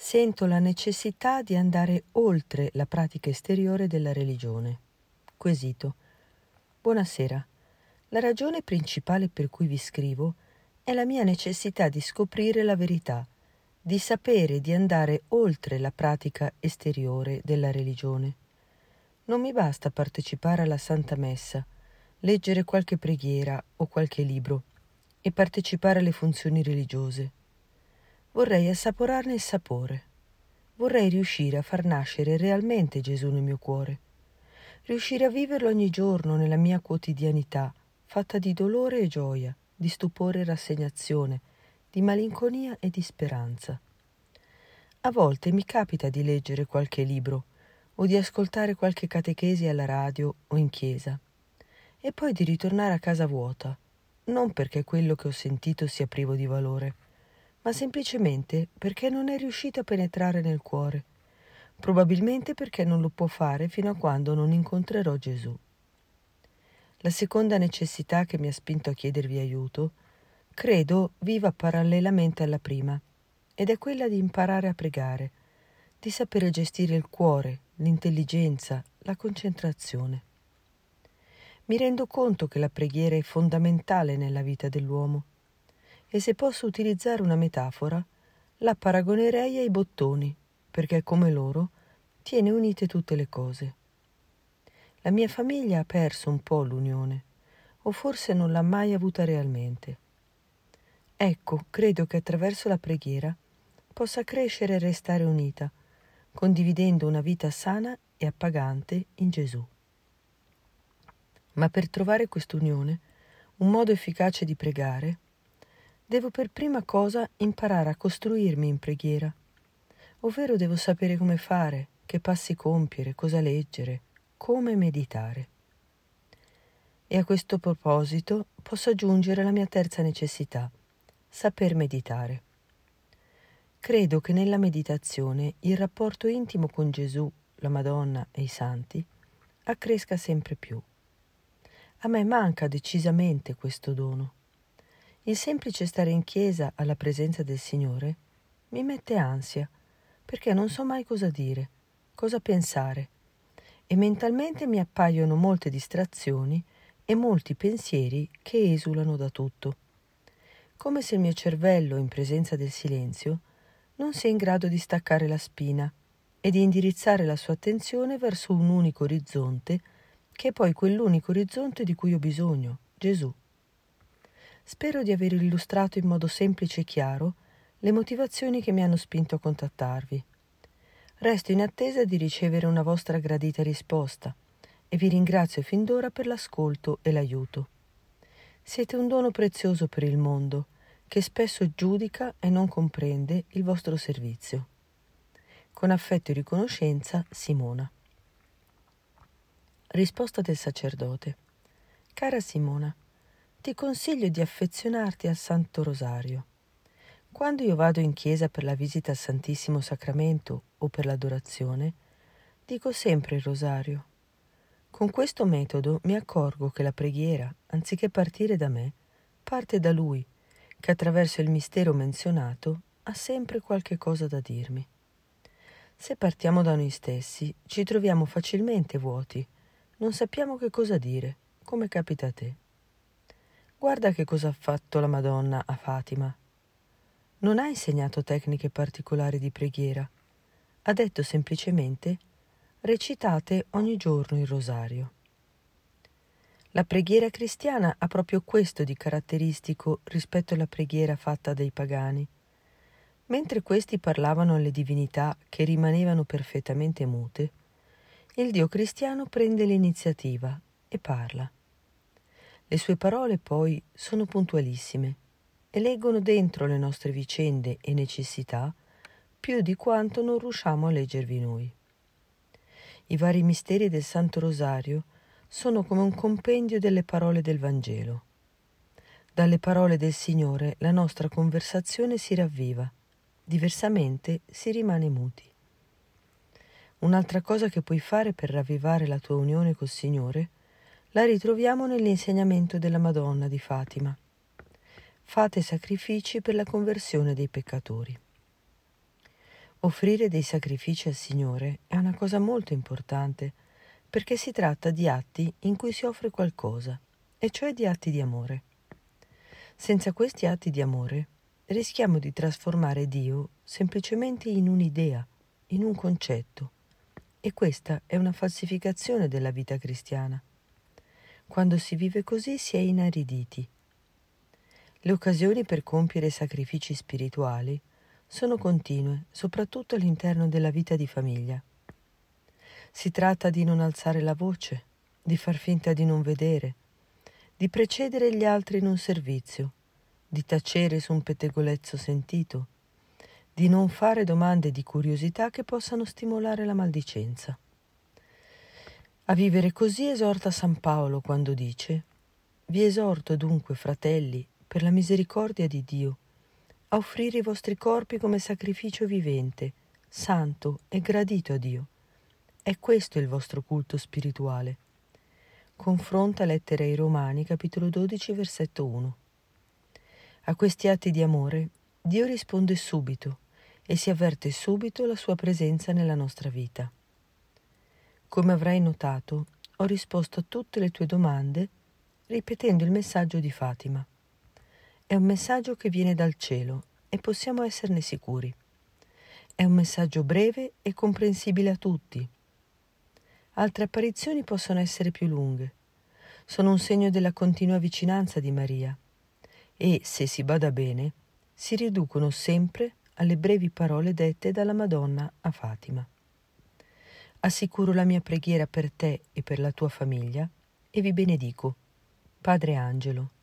Sento la necessità di andare oltre la pratica esteriore della religione. Quesito. Buonasera. La ragione principale per cui vi scrivo è la mia necessità di scoprire la verità, di sapere di andare oltre la pratica esteriore della religione. Non mi basta partecipare alla Santa Messa, leggere qualche preghiera o qualche libro e partecipare alle funzioni religiose. Vorrei assaporarne il sapore. Vorrei riuscire a far nascere realmente Gesù nel mio cuore. Riuscire a viverlo ogni giorno nella mia quotidianità, fatta di dolore e gioia, di stupore e rassegnazione, di malinconia e di speranza. A volte mi capita di leggere qualche libro o di ascoltare qualche catechesi alla radio o in chiesa, e poi di ritornare a casa vuota, non perché quello che ho sentito sia privo di valore, ma semplicemente perché non è riuscito a penetrare nel cuore, probabilmente perché non lo può fare fino a quando non incontrerò Gesù. La seconda necessità che mi ha spinto a chiedervi aiuto, credo viva parallelamente alla prima, ed è quella di imparare a pregare, di sapere gestire il cuore, l'intelligenza, la concentrazione. Mi rendo conto che la preghiera è fondamentale nella vita dell'uomo, e se posso utilizzare una metafora, la paragonerei ai bottoni, perché come loro tiene unite tutte le cose. La mia famiglia ha perso un po' l'unione, o forse non l'ha mai avuta realmente. Ecco, credo che attraverso la preghiera possa crescere e restare unita, condividendo una vita sana e appagante in Gesù. Ma per trovare quest'unione, un modo efficace di pregare, devo per prima cosa imparare a costruirmi in preghiera, ovvero devo sapere come fare, che passi compiere, cosa leggere, come meditare. E a questo proposito posso aggiungere la mia terza necessità, saper meditare. Credo che nella meditazione il rapporto intimo con Gesù, la Madonna e i Santi accresca sempre più. A me manca decisamente questo dono. Il semplice stare in chiesa alla presenza del Signore mi mette ansia, perché non so mai cosa dire, cosa pensare, e mentalmente mi appaiono molte distrazioni e molti pensieri che esulano da tutto, come se il mio cervello, in presenza del silenzio, non sia in grado di staccare la spina e di indirizzare la sua attenzione verso un unico orizzonte, che è poi quell'unico orizzonte di cui ho bisogno, Gesù. Spero di aver illustrato in modo semplice e chiaro le motivazioni che mi hanno spinto a contattarvi. Resto in attesa di ricevere una vostra gradita risposta e vi ringrazio fin d'ora per l'ascolto e l'aiuto. Siete un dono prezioso per il mondo, che spesso giudica e non comprende il vostro servizio. Con affetto e riconoscenza, Simona. Risposta del sacerdote. Cara Simona, ti consiglio di affezionarti al Santo Rosario. Quando io vado in chiesa per la visita al Santissimo Sacramento o per l'adorazione, dico sempre il Rosario. Con questo metodo mi accorgo che la preghiera, anziché partire da me, parte da Lui, che attraverso il mistero menzionato ha sempre qualche cosa da dirmi. Se partiamo da noi stessi, ci troviamo facilmente vuoti, non sappiamo che cosa dire, come capita a te. Guarda che cosa ha fatto la Madonna a Fatima. Non ha insegnato tecniche particolari di preghiera, ha detto semplicemente: recitate ogni giorno il rosario. La preghiera cristiana ha proprio questo di caratteristico rispetto alla preghiera fatta dai pagani. Mentre questi parlavano alle divinità che rimanevano perfettamente mute, il Dio cristiano prende l'iniziativa e parla. Le sue parole poi sono puntualissime e leggono dentro le nostre vicende e necessità più di quanto non riusciamo a leggervi noi. I vari misteri del Santo Rosario sono come un compendio delle parole del Vangelo. Dalle parole del Signore la nostra conversazione si ravviva, diversamente si rimane muti. Un'altra cosa che puoi fare per ravvivare la tua unione col Signore la ritroviamo nell'insegnamento della Madonna di Fatima. Fate sacrifici per la conversione dei peccatori. Offrire dei sacrifici al Signore è una cosa molto importante, perché si tratta di atti in cui si offre qualcosa, e cioè di atti di amore. Senza questi atti di amore rischiamo di trasformare Dio semplicemente in un'idea, in un concetto, e questa è una falsificazione della vita cristiana. Quando si vive così si è inariditi. Le occasioni per compiere sacrifici spirituali sono continue, soprattutto all'interno della vita di famiglia. Si tratta di non alzare la voce, di far finta di non vedere, di precedere gli altri in un servizio, di tacere su un pettegolezzo sentito, di non fare domande di curiosità che possano stimolare la maldicenza. A vivere così esorta San Paolo quando dice: «Vi esorto dunque, fratelli, per la misericordia di Dio, a offrire i vostri corpi come sacrificio vivente, santo e gradito a Dio. È questo il vostro culto spirituale». Confronta Lettera ai Romani, capitolo 12, versetto 1. A questi atti di amore Dio risponde subito e si avverte subito la sua presenza nella nostra vita. Come avrai notato, ho risposto a tutte le tue domande ripetendo il messaggio di Fatima. È un messaggio che viene dal cielo e possiamo esserne sicuri. È un messaggio breve e comprensibile a tutti. Altre apparizioni possono essere più lunghe. Sono un segno della continua vicinanza di Maria e, se si bada bene, si riducono sempre alle brevi parole dette dalla Madonna a Fatima. Assicuro la mia preghiera per te e per la tua famiglia e vi benedico. Padre Angelo.